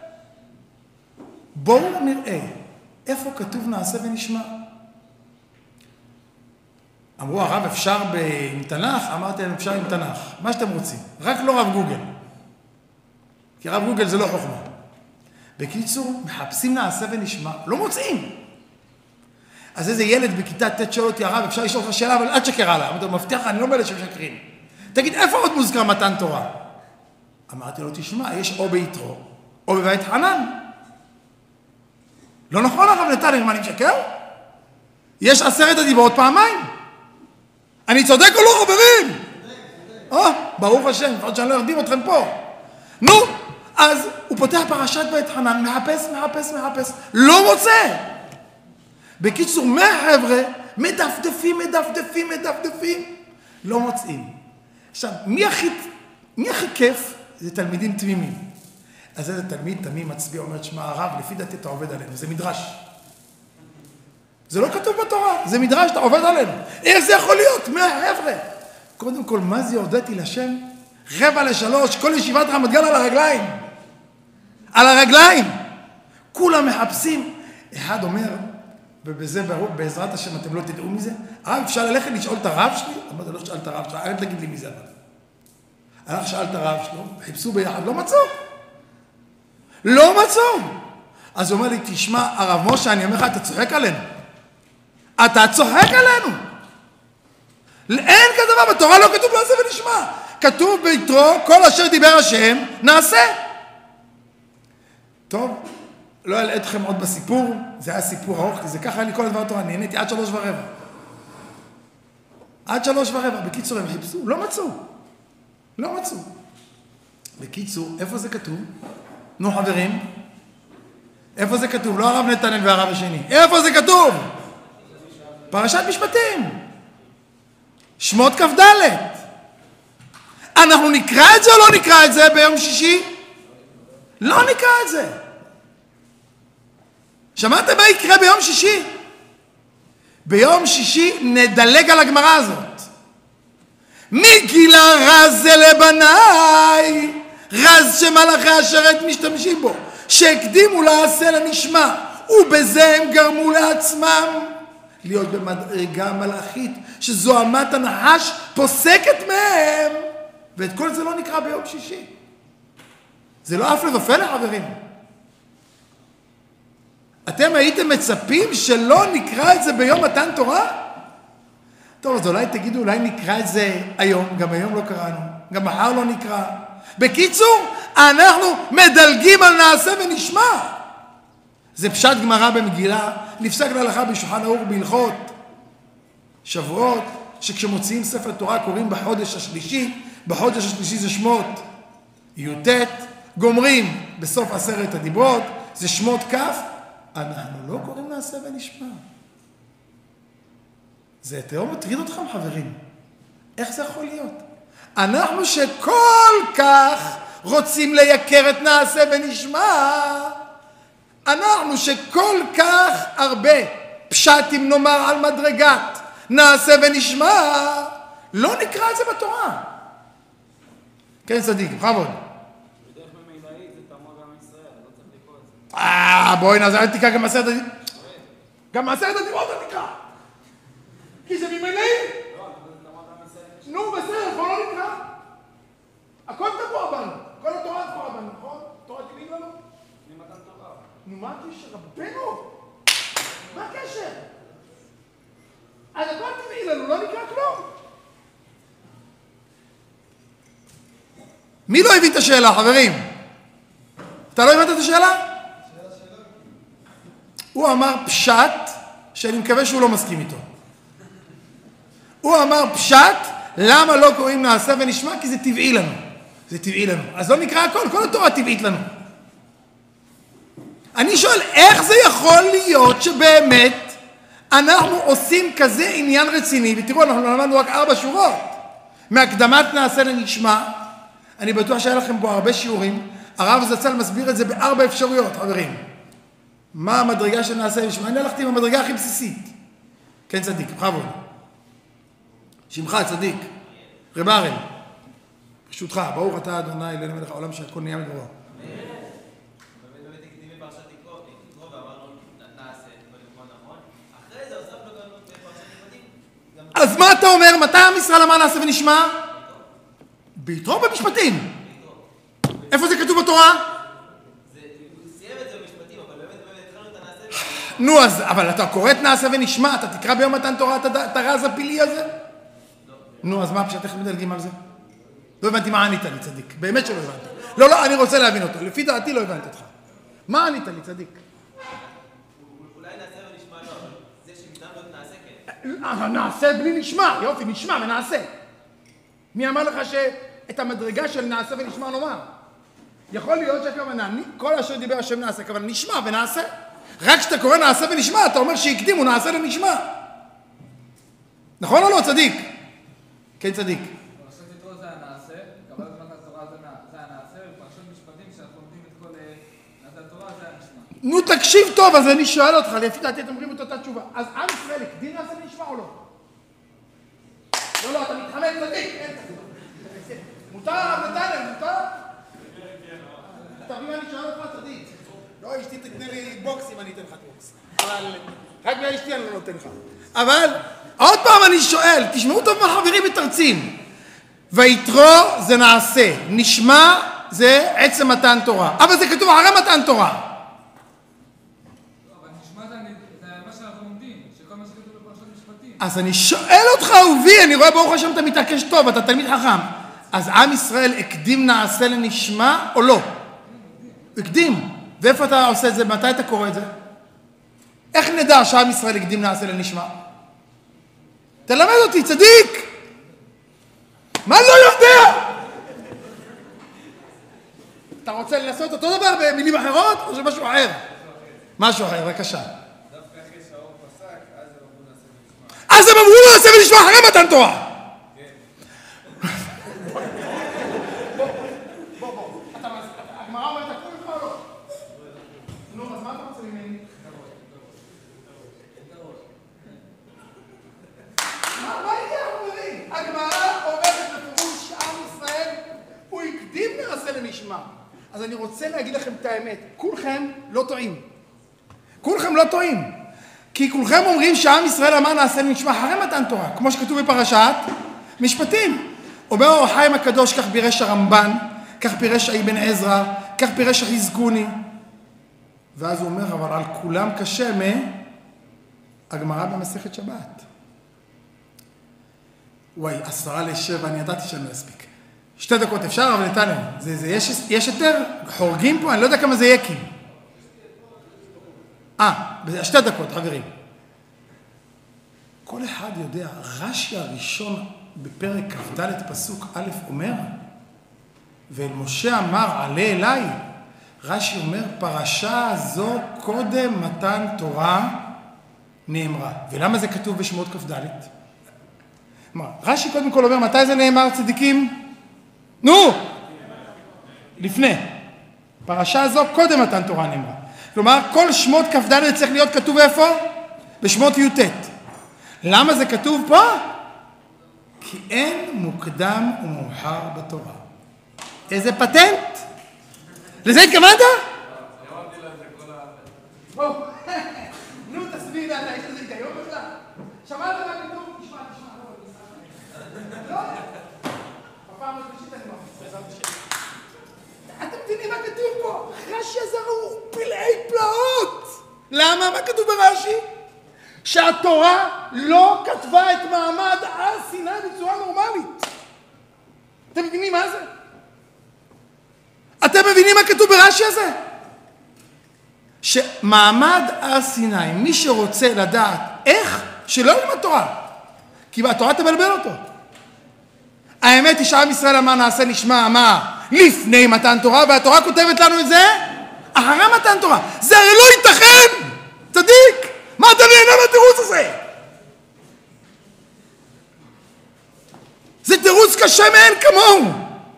בואו נראה איפה כתוב נעשה ונשמע. אמרו, הרב אפשר עם תנ"ך? אמרתי להם, אפשר עם תנ"ך. מה שאתם רוצים, רק לא רב גוגל. כי רב גוגל זה לא חוכמה. בקיצור, מחפשים נעשה ונשמע, לא מוצאים. אז איזה ילד בכיתה ט' שואל אותי, הרב, אפשר לשאול לך שאלה, אבל אל תשקר עליי. אמרתי לו, מבטיח לך, אני לא מאלה שמשקרים. תגיד, איפה עוד מוזכר מתן תורה? אמרתי לו, תשמע, יש או ביתרו, או בבית חנן. לא נכון, הרב נתנאל, מה אני משקר? יש 10 הדיברות פעמיים. אני צודק או לא, חברים? ברוך השם, לפחות שאני לא ארדים אתכם פה. נו, אז הוא פותח פרשת בית חנן, מחפש, לא מוצא. בקיצור, 100 חבר'ה מדפדפים, לא מוצאים. עכשיו, מי הכי כיף? זה תלמידים תמימים. אז איזה תלמיד תמים מצביע, אומר, שמע הרב, לפי דעתי אתה עובד עלינו, זה מדרש. זה לא כתוב בתורה, זה מדרש, אתה עובד עלינו. איך זה יכול להיות? 100 חבר'ה. קודם כל, מה זה הודיתי לשם? 2:45, כל ישיבת רמת גן על הרגליים. על הרגליים. כולם מחפשים. אחד אומר, ובזה בעזרת השם אתם לא תדעו מזה, הרב, אפשר ללכת לשאול את הרב שלי? אמרתי, לא שאל את הרב שלו, אל תגיד לי מי זה אבל. הלך שאל את הרב שלו, חיפשו ביחד, לא מצאו. אז הוא אומר לי, תשמע, הרב משה, אני אומר לך, אתה צוחק עלינו. אין כדבר, בתורה לא כתוב נעשה ונשמע. כתוב ביתרו, כל אשר דיבר השם, נעשה. טוב, לא אלאה אתכם עוד בסיפור, זה היה סיפור ארוך, כי זה ככה היה לי כל הדבר תורה, נהניתי עד 3:15. בקיצור, הם חיפשו, לא מצאו. בקיצור, איפה זה כתוב? נו חברים, איפה זה כתוב? לא הרב נתנאל והרב השני. איפה זה כתוב? פרשת משפטים. שמות כ"ד. אנחנו נקרא את זה או לא נקרא את זה ביום שישי? לא נקרא את זה. שמעתם מה יקרה ביום שישי? ביום שישי נדלג על הגמרא הזאת. מגילה רז זה לבניי, רז שמלאכי השרת משתמשים בו, שהקדימו לעשה לנשמע, ובזה הם גרמו לעצמם להיות במדרגה מלאכית, שזו אמת הנחש פוסקת מהם, ואת כל זה לא נקרא ביום שישי. זה לא אף לבפלא, חברים. אתם הייתם מצפים שלא נקרא את זה ביום מתן תורה? טוב, אז אולי תגידו, אולי נקרא את זה היום, גם היום לא קראנו, גם מחר לא נקרא. בקיצור, אנחנו מדלגים על נעשה ונשמע. זה פשט גמרא במגילה, נפסק להלכה בשולחן ערוך בהלכות שבועות, שכשמוציאים ספר תורה קוראים בחודש השלישי, בחודש השלישי זה שמות י"ט, גומרים בסוף 10 הדיברות, זה שמות כ', אנחנו לא קוראים נעשה ונשמע. זה תראו מטריד אתכם חברים. איך זה יכול להיות? אנחנו שכל כך רוצים לייקר את נעשה ונשמע, אנחנו שכל כך הרבה פשטים נאמר על מדרגת נעשה ונשמע, לא נקרא את זה בתורה. כן צדיק, בכבוד. בדרך ממילאית זה תמר גם ישראל, לא צריך לקרוא את זה. בואי נעזר, תקרא גם 10 הדיברות. גם 10 הדיברות תקרא. כי זה ממילאי. לא, זה תמר גם ישראל. נו, בסדר, בוא לא נקרא. הכל תבוא בנו. כל התורה תבוא בנו, נכון? תורה תמיד לנו? ממתן תורה. נו, מה הקשר? רבנו? מה הקשר? אז הכל תמיד לנו, לא נקרא כלום. מי לא הבין את השאלה, חברים? אתה לא הבנת את השאלה? הוא אמר פשט, שאני מקווה שהוא לא מסכים איתו. הוא אמר פשט, למה לא קוראים נעשה ונשמע? כי זה טבעי לנו. זה טבעי לנו. אז לא נקרא הכל, כל התורה טבעית לנו. אני שואל, איך זה יכול להיות שבאמת אנחנו עושים כזה עניין רציני, ותראו, אנחנו למדנו רק 4 שורות, מהקדמת נעשה לנשמע, אני בטוח שהיה לכם פה הרבה שיעורים, הרב זצ"ל מסביר את זה ב4 אפשרויות, חברים. מה המדרגה של נעשה לנשמע? אני הלכתי עם המדרגה הכי בסיסית. כן צדיק, בכבוד. שמך צדיק, רב ארן, ברשותך, ברוך אתה אדוני אלוהינו מלך העולם שהכל נהיה מדברו. באמת הקדימי פרשת תקרוא ואמרנו נעשה, קודם כל נכון. אחרי זה הוספנו גם פרשת משפטים. אז מה אתה אומר? מתי עם ישראל אמר נעשה ונשמע? ביתרו במשפטים. איפה זה כתוב בתורה? הוא סיים את זה במשפטים, אבל באמת התחלנו את הנעשה. נו, אז, אבל אתה קורא את נעשה ונשמע, אתה תקרא ביום מתן תורה את הרז הפילי הזה? נו, אז מה פשוט איך מדלגים על זה? לא הבנתי מה ענית לי, צדיק. באמת שלא הבנתי. לא, אני רוצה להבין אותו. לפי דעתי לא הבנתי אותך. מה ענית לי, צדיק? אולי נעשה ונשמע לא, אבל זה שמדמנו את נעשה כן. נעשה בלי נשמע, יופי, נשמע ונעשה. מי אמר לך שאת המדרגה של נעשה ונשמע נאמר? יכול להיות שהכוונה, כל אשר דיבר השם נעשה, הכוונה נשמע ונעשה. רק כשאתה קורא נעשה ונשמע, אתה אומר שהקדימו נעשה ונשמע. נכון או לא, צדיק? כן, צדיק. פרשת יתרו זה הנעשה, קבלת מתנת תורה זה הנעשה, ופרשת משפטים שאנחנו לומדים את כל מתנת תורה זה הנשמע. נו, תקשיב טוב, אז אני שואל אותך, לפי דעתי אתם אומרים את אותה תשובה. אז עם ישראל הקדים נעשה ונשמע או לא? לא, אתה מתחמק, צדיק. מותר, הרב נתניה, מותר? אתה מבין מה אני שואל אותך, צדיק? לא, אשתי תקנה לי בוקס אם אני אתן לך בוקס. אבל רק לאשתי אני לא נותן לך. אבל עוד פעם אני שואל, תשמעו טוב מה חברים מתרצים. ויתרו זה נעשה, נשמע זה עצם מתן תורה. אבל זה כתוב אחרי מתן תורה. אבל נשמע זה מה שאנחנו לומדים, שכל מה שכתוב בפרשת משפטים. אז אני שואל אותך, אהובי, אני רואה ברוך השם אתה מתעקש טוב, אתה תלמיד חכם. אז עם ישראל הקדים נעשה לנשמע או לא? הקדים. ואיפה אתה עושה את זה? מתי אתה קורא את זה? איך נדע שעם ישראל הקדים נעשה לנשמע? תלמד אותי, צדיק! מה לא יודע? אתה רוצה לנסות אותו דבר במילים אחרות או שמשהו אחר? משהו אחר, בבקשה. דווקא אחרי שהאור פסק, אז הם אמרו נעשה ונשמע. אז הם אמרו נעשה ונשמע אחרי מתן תורה. הגמרא אומרת הכל לך או לא? נו, אז מה אתה רוצה ממני? מה יהיה חברים? הגמרא אומרת בפירוש שעם ישראל הוא הקדים נעשה לנשמע. אז אני רוצה להגיד לכם את האמת, כולכם לא טועים. כולכם לא טועים. כי כולכם אומרים שעם ישראל אמר נעשה לנשמע אחרי מתן תורה, כמו שכתוב בפרשת משפטים. אומר אור החיים הקדוש, כך פירש הרמב"ן, כך פירש אבן עזרא, כך פירש החזקוני. ואז הוא אומר, אבל על כולם קשה מהגמרא במסכת שבת. וואי, 6:50, אני ידעתי שאני לא אספיק. 2 דקות אפשר, אבל נתניה, יש יותר? חורגים פה? אני לא יודע כמה זה יקים. 2 דקות, חברים. כל אחד יודע, רש"י הראשון בפרק כ"ד פסוק א' אומר, ואל משה אמר עלה אליי, רש"י אומר, פרשה זו קודם מתן תורה נאמרה. ולמה זה כתוב בשמות כ"ד? רש"י קודם כל אומר, מתי זה נאמר צדיקים? נו! לפני. פרשה זו קודם מתן תורה נאמרה. כלומר, כל שמות כ"ד צריך להיות כתוב איפה? בשמות י"ט. למה זה כתוב פה? כי אין מוקדם ומאוחר בתורה. איזה פטנט? לזה התכוונת? אמרתי להם זה כל נו, תסביר לי, יש לזה היגיון בכלל? שמעת מה כתוב? תשמע, לא. בפעם השלישית אני לא. אתם מבינים מה כתוב פה? רש"י הזה הוא פלאי פלאות. למה? מה כתוב ברש"י? שהתורה לא כתבה את מעמד הר סיני בצורה נורמלית. אתם מבינים מה זה? אתם מבינים מה כתוב ברש"י הזה? שמעמד הר סיני, מי שרוצה לדעת איך, שלא ילמד תורה. כי התורה תבלבל אותו. האמת היא שעם ישראל אמר נעשה נשמע אמר לפני מתן תורה, והתורה כותבת לנו את זה אחרי מתן תורה. זה הרי לא ייתכן! צדיק! מה אתה נהנה מהתירוץ הזה? זה תירוץ קשה מאין כמוהו.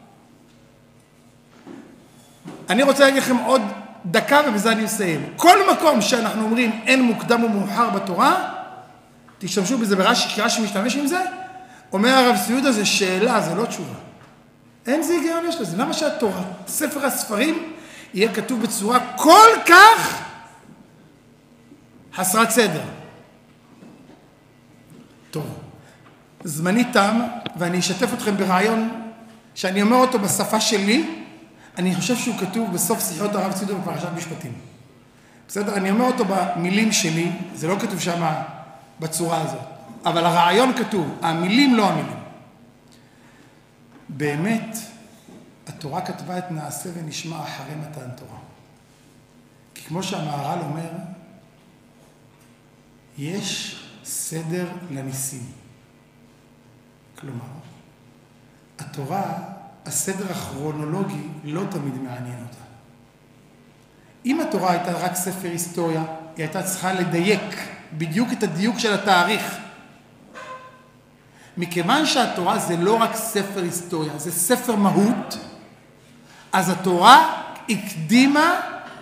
אני רוצה להגיד לכם עוד דקה ובזה אני אסיים. כל מקום שאנחנו אומרים אין מוקדם ומאוחר בתורה, תשתמשו בזה ברש"י, כי רש"י משתמש עם זה, אומר הרב סיודה זה שאלה, זה לא תשובה. אין זה היגיון יש לזה. למה שהתורה, ספר הספרים, יהיה כתוב בצורה כל כך חסרת סדר? טוב, זמני תם, ואני אשתף אתכם ברעיון שאני אומר אותו בשפה שלי, אני חושב שהוא כתוב בסוף שיחות הרב סיודה בפרשת משפטים. בסדר? אני אומר אותו במילים שלי, זה לא כתוב שם בצורה הזאת, אבל הרעיון כתוב, המילים לא המילים. באמת, התורה כתבה את נעשה ונשמע אחרי מתן תורה. כי כמו שהמהר"ל אומר, יש סדר לניסים. כלומר, התורה הסדר הכרונולוגי לא תמיד מעניין אותה. אם התורה הייתה רק ספר היסטוריה, היא הייתה צריכה לדייק בדיוק את הדיוק של התאריך. מכיוון שהתורה זה לא רק ספר היסטוריה, זה ספר מהות, אז התורה הקדימה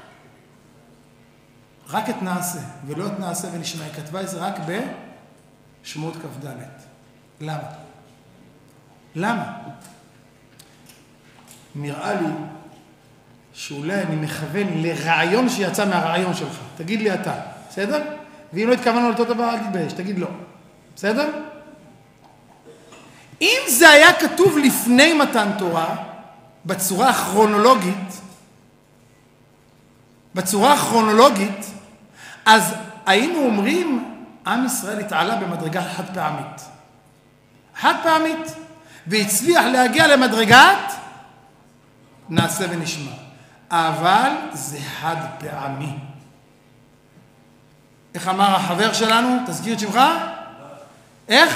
רק את נעשה, ולא את נעשה ונשמע. היא כתבה את זה רק בשמות כ"ד. למה? למה? נראה לי שאולי אני מכוון לרעיון שיצא מהרעיון שלך. תגיד לי אתה, בסדר? ואם לא התכוונו לאותו דבר, אל תתבייש, תגיד לא. בסדר? אם זה היה כתוב לפני מתן תורה, בצורה הכרונולוגית, אז היינו אומרים, עם ישראל התעלה במדרגה חד פעמית, והצליח להגיע למדרגת נעשה ונשמע. אבל זה חד פעמי. איך אמר החבר שלנו? תזכיר את שמך? איך?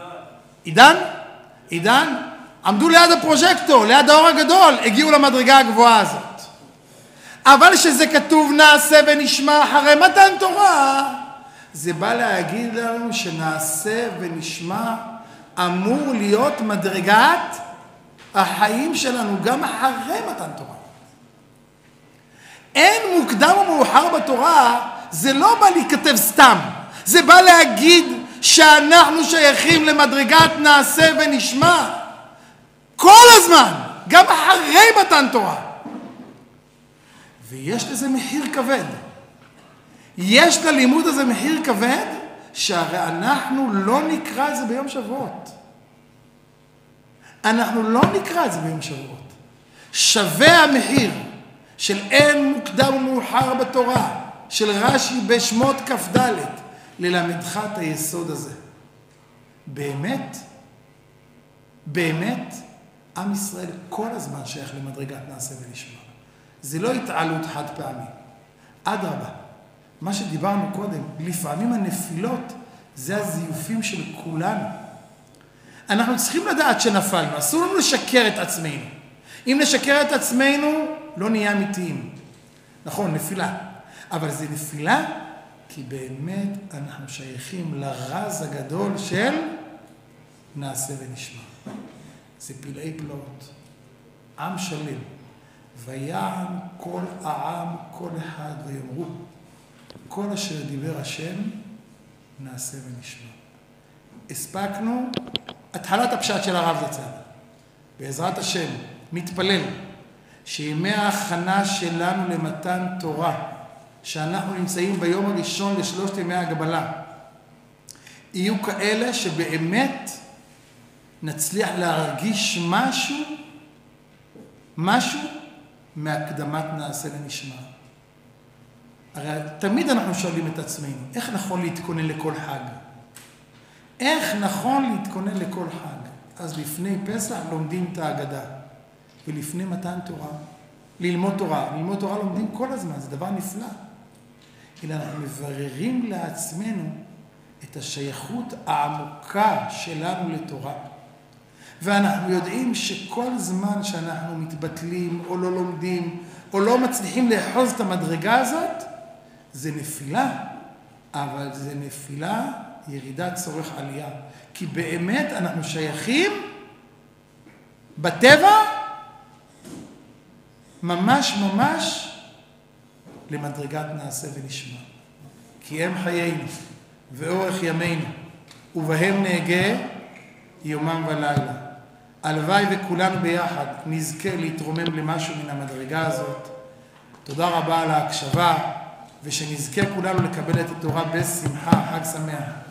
עידן? עמדו ליד הפרוז'קטור, ליד האור הגדול, הגיעו למדרגה הגבוהה הזאת. אבל שזה כתוב נעשה ונשמע אחרי מתן תורה, זה בא להגיד לנו שנעשה ונשמע אמור להיות מדרגת החיים שלנו גם אחרי מתן תורה. אין מוקדם או מאוחר בתורה, זה לא בא להיכתב סתם. זה בא להגיד שאנחנו שייכים למדרגת נעשה ונשמע. כל הזמן, גם אחרי מתן תורה. ויש לזה מחיר כבד. יש ללימוד הזה מחיר כבד, שהרי אנחנו לא נקרא את זה ביום שבועות. שווה המחיר של אין מוקדם ומאוחר בתורה, של רש"י בשמות כ"ד, ללמדך את היסוד הזה. באמת, עם ישראל כל הזמן שייך למדרגת נעשה ונשמע. זה לא התעלות חד פעמי. אדרבה, מה שדיברנו קודם, לפעמים הנפילות זה הזיופים של כולנו. אנחנו צריכים לדעת שנפלנו, אסור לנו לשקר את עצמנו. אם נשקר את עצמנו, לא נהיה אמיתיים. נכון, נפילה. אבל זה נפילה כי באמת אנחנו שייכים לרז הגדול של נעשה ונשמע. זה פלאי פלאות. עם שלם. ויען כל העם, כל אחד, ויאמרו, כל אשר דיבר השם, נעשה ונשמע. הספקנו התחלת הפשט של הרב זצ"ל. בעזרת השם, מתפלל שימי ההכנה שלנו למתן תורה, שאנחנו נמצאים ביום הראשון לשלושת ימי הגבלה, יהיו כאלה שבאמת נצליח להרגיש משהו מהקדמת נעשה ונשמע. הרי תמיד אנחנו שואלים את עצמנו, איך נכון להתכונן לכל חג? אז לפני פסח לומדים את ההגדה, ולפני מתן תורה, ללמוד תורה לומדים כל הזמן, זה דבר נפלא. אלא אנחנו מבררים לעצמנו את השייכות העמוקה שלנו לתורה. ואנחנו יודעים שכל זמן שאנחנו מתבטלים או לא לומדים, או לא מצליחים לאחוז את המדרגה הזאת, זה נפילה, אבל זה נפילה, ירידת צורך עלייה. כי באמת אנחנו שייכים בטבע ממש למדרגת נעשה ונשמע. כי הם חיינו ואורך ימינו, ובהם נהגה יומם ולילה. הלוואי וכולנו ביחד נזכה להתרומם למשהו מן המדרגה הזאת. תודה רבה על ההקשבה, ושנזכה כולנו לקבל את התורה בשמחה. חג שמח.